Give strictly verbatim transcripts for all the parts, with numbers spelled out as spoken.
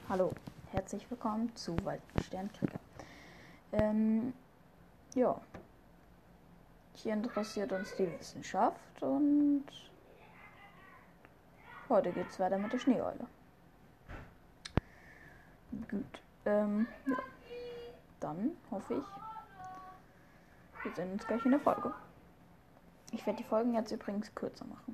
Hallo, herzlich willkommen zu Waldsternkrieger. Ähm, ja, hier interessiert uns die Wissenschaft und heute geht es weiter mit der Schneeeule. Gut, ähm, ja, dann hoffe ich, wir sehen uns gleich in der Folge. Ich werde die Folgen jetzt übrigens kürzer machen.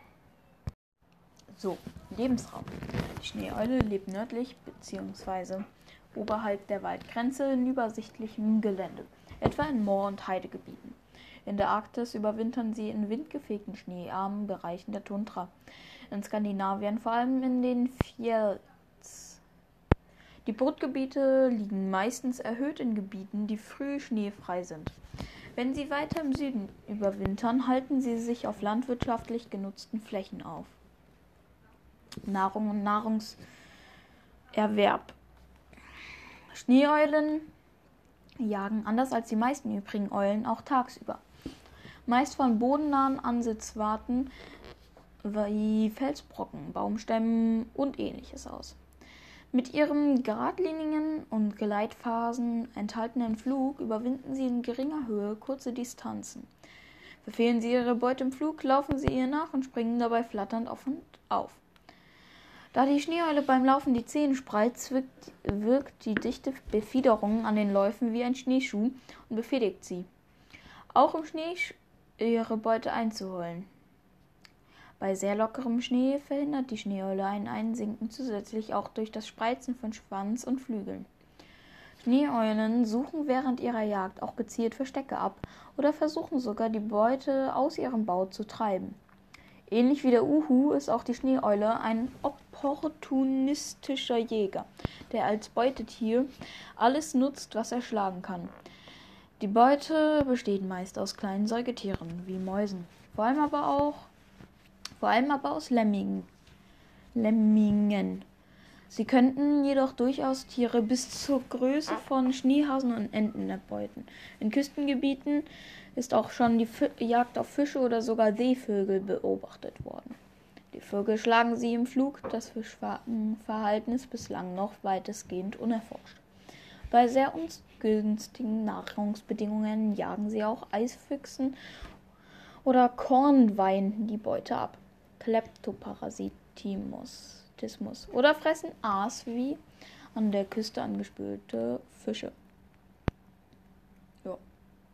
So, Lebensraum. Die Schneeeule lebt nördlich bzw. oberhalb der Waldgrenze in übersichtlichem Gelände, etwa in Moor- und Heidegebieten. In der Arktis überwintern sie in windgefegten, schneearmen Bereichen der Tundra. In Skandinavien vor allem in den Fjords. Die Brutgebiete liegen meistens erhöht in Gebieten, die früh schneefrei sind. Wenn sie weiter im Süden überwintern, halten sie sich auf landwirtschaftlich genutzten Flächen auf. Nahrung und Nahrungserwerb. Schneeeulen jagen anders als die meisten übrigen Eulen auch tagsüber. Meist von bodennahen Ansitzwarten wie Felsbrocken, Baumstämmen und ähnliches aus. Mit ihrem geradlinigen und Gleitphasen enthaltenen Flug überwinden sie in geringer Höhe kurze Distanzen. Verfehlen sie ihre Beute im Flug, laufen sie ihr nach und springen dabei flatternd auf und auf. Da die Schneeeule beim Laufen die Zähne spreizt, wirkt, wirkt die dichte Befiederung an den Läufen wie ein Schneeschuh und befestigt sie, auch im Schnee ihre Beute einzuholen. Bei sehr lockerem Schnee verhindert die Schneeeule ein Einsinken zusätzlich auch durch das Spreizen von Schwanz und Flügeln. Schneeeulen suchen während ihrer Jagd auch gezielt Verstecke ab oder versuchen sogar, die Beute aus ihrem Bau zu treiben. Ähnlich wie der Uhu ist auch die Schneeeule ein opportunistischer Jäger, der als Beutetier alles nutzt, was er schlagen kann. Die Beute besteht meist aus kleinen Säugetieren wie Mäusen, vor allem aber auch vor allem aber aus Lemmingen. Lemmingen. Sie könnten jedoch durchaus Tiere bis zur Größe von Schneehasen und Enten erbeuten. In Küstengebieten ist auch schon die F- Jagd auf Fische oder sogar Seevögel beobachtet worden. Die Vögel schlagen sie im Flug, das Fischfangverhalten ist bislang noch weitestgehend unerforscht. Bei sehr ungünstigen Nahrungsbedingungen jagen sie auch Eisfüchsen oder Kornwein die Beute ab. Kleptoparasitismus oder fressen Aas wie an der Küste angespülte Fische. Ja.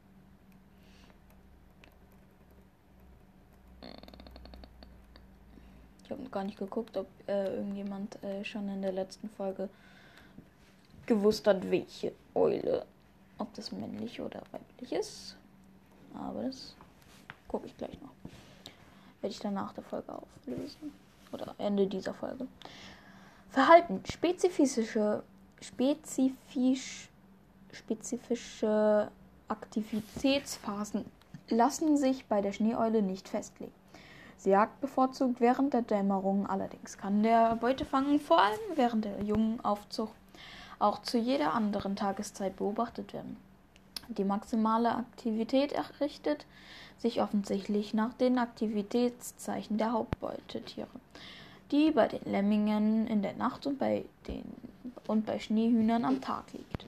Ich habe gar nicht geguckt, ob äh, irgendjemand äh, schon in der letzten Folge gewusst hat, welche Eule, ob das männlich oder weiblich ist. Aber das gucke ich gleich noch. Werde ich dann nach der Folge auflösen. Oder Ende dieser Folge. Verhalten. Spezifische, spezifisch, spezifische Aktivitätsphasen lassen sich bei der Schneeeule nicht festlegen. Sie jagt bevorzugt während der Dämmerung, allerdings kann der Beutefang vor allem während der jungen Aufzucht auch zu jeder anderen Tageszeit beobachtet werden. Die maximale Aktivität errichtet sich offensichtlich nach den Aktivitätszeichen der Hauptbeutetiere, die bei den Lemmingen in der Nacht und bei, den, und bei Schneehühnern am Tag liegt.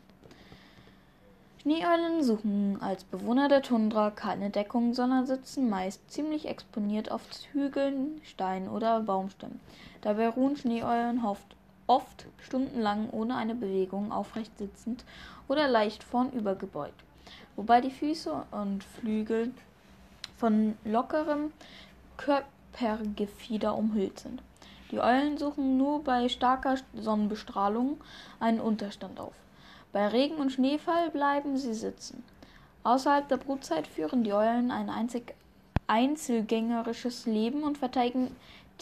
Schneeeulen suchen als Bewohner der Tundra keine Deckung, sondern sitzen meist ziemlich exponiert auf Hügeln, Steinen oder Baumstämmen. Dabei ruhen Schneeeulen oft, oft stundenlang ohne eine Bewegung aufrecht sitzend oder leicht vornüber gebeugt, wobei die Füße und Flügel von lockerem Körpergefieder umhüllt sind. Die Eulen suchen nur bei starker Sonnenbestrahlung einen Unterstand auf. Bei Regen und Schneefall bleiben sie sitzen. Außerhalb der Brutzeit führen die Eulen ein einzig einzelgängerisches Leben und verteidigen,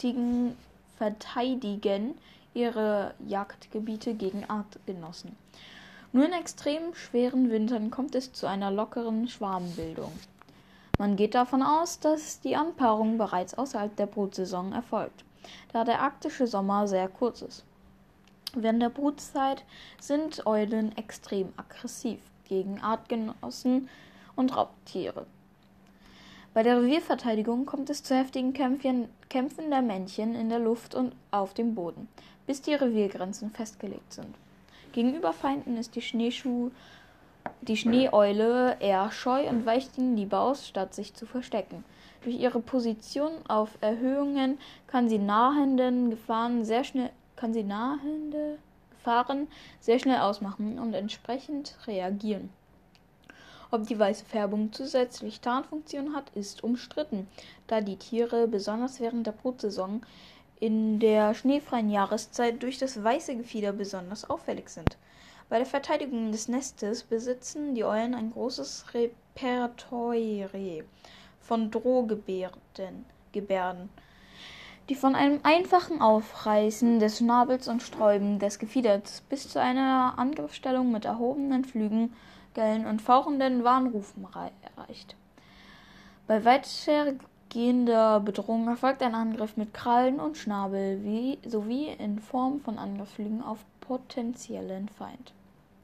verteidigen ihre Jagdgebiete gegen Artgenossen. Nur in extrem schweren Wintern kommt es zu einer lockeren Schwarmbildung. Man geht davon aus, dass die Anpaarung bereits außerhalb der Brutsaison erfolgt, da der arktische Sommer sehr kurz ist. Während der Brutzeit sind Eulen extrem aggressiv gegen Artgenossen und Raubtiere. Bei der Revierverteidigung kommt es zu heftigen Kämpfen, Kämpfen der Männchen in der Luft und auf dem Boden, bis die Reviergrenzen festgelegt sind. Gegenüber Feinden ist die Schneeschuh, die Schneeeule eher scheu und weicht ihnen lieber aus, statt sich zu verstecken. Durch ihre Position auf Erhöhungen kann sie nahenden Gefahren sehr schnell, kann sie nahende Gefahren sehr schnell ausmachen und entsprechend reagieren. Ob die weiße Färbung zusätzlich Tarnfunktion hat, ist umstritten, da die Tiere besonders während der Brutsaison in der schneefreien Jahreszeit durch das weiße Gefieder besonders auffällig sind. Bei der Verteidigung des Nestes besitzen die Eulen ein großes Repertoire von Drohgebärden, Gebärden, die von einem einfachen Aufreißen des Schnabels und Sträuben des Gefieders bis zu einer Angriffsstellung mit erhobenen Flügeln und fauchenden Warnrufen reicht. Bei weitergehender Bedrohung erfolgt ein Angriff mit Krallen und Schnabel wie, sowie in Form von Angriffsflügen auf potenziellen Feind.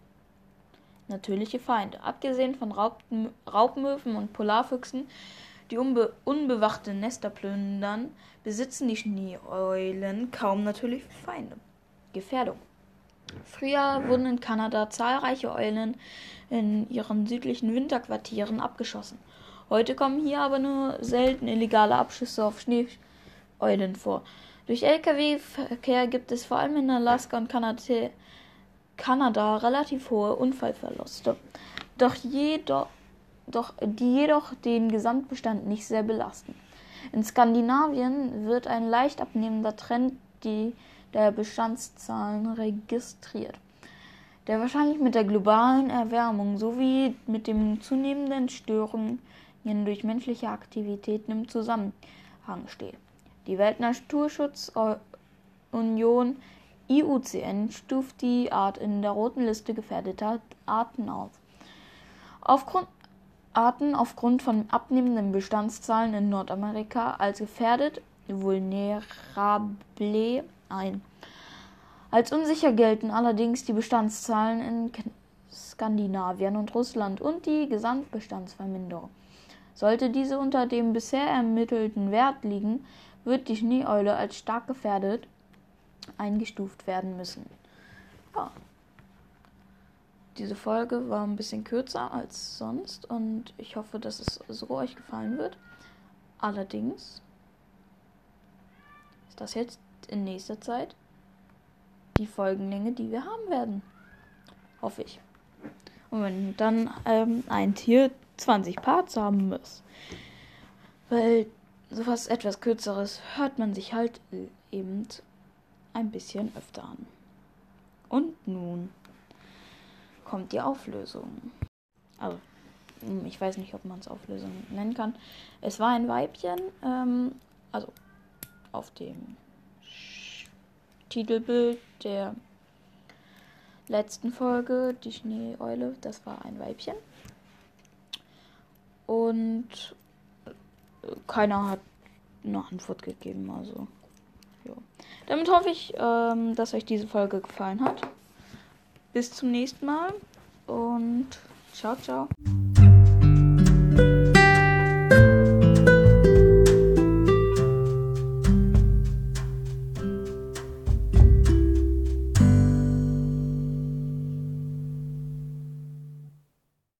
Natürliche Feinde. Abgesehen von Raubm- Raubmöwen und Polarfüchsen, die unbe- unbewachte Nester plündern, besitzen die Schneeeulen kaum natürliche Feinde. Gefährdung. Früher wurden in Kanada zahlreiche Eulen in ihren südlichen Winterquartieren abgeschossen. Heute kommen hier aber nur selten illegale Abschüsse auf Schneeeulen vor. Durch L K W-Verkehr gibt es vor allem in Alaska und Kanada, Kanada relativ hohe Unfallverluste, doch, jedoch, doch, die jedoch den Gesamtbestand nicht sehr belasten. In Skandinavien wird ein leicht abnehmender Trend die der Bestandszahlen registriert, der wahrscheinlich mit der globalen Erwärmung sowie mit den zunehmenden Störungen durch menschliche Aktivitäten im Zusammenhang steht. Die Weltnaturschutzunion I U C N stuft die Art in der roten Liste gefährdeter Arten auf. Aufgrund Arten aufgrund von abnehmenden Bestandszahlen in Nordamerika als gefährdet vulnerable ein. Als unsicher gelten allerdings die Bestandszahlen in Skandinavien und Russland und die Gesamtbestandsverminderung. Sollte diese unter dem bisher ermittelten Wert liegen, wird die Schneeeule als stark gefährdet eingestuft werden müssen. Ja. Diese Folge war ein bisschen kürzer als sonst und ich hoffe, dass es so euch gefallen wird. Allerdings ist das jetzt in nächster Zeit die Folgenlänge, die wir haben werden. Hoffe ich. Und wenn dann ähm, ein Tier zwanzig Parts haben muss. Weil sowas etwas Kürzeres hört man sich halt eben ein bisschen öfter an. Und nun kommt die Auflösung. Also, ich weiß nicht, ob man es Auflösung nennen kann. Es war ein Weibchen, ähm, also auf dem Titelbild der letzten Folge, die Schneeeule, das war ein Weibchen. Und keiner hat eine Antwort gegeben, also ja. Damit hoffe ich, ähm, dass euch diese Folge gefallen hat. Bis zum nächsten Mal und ciao, ciao.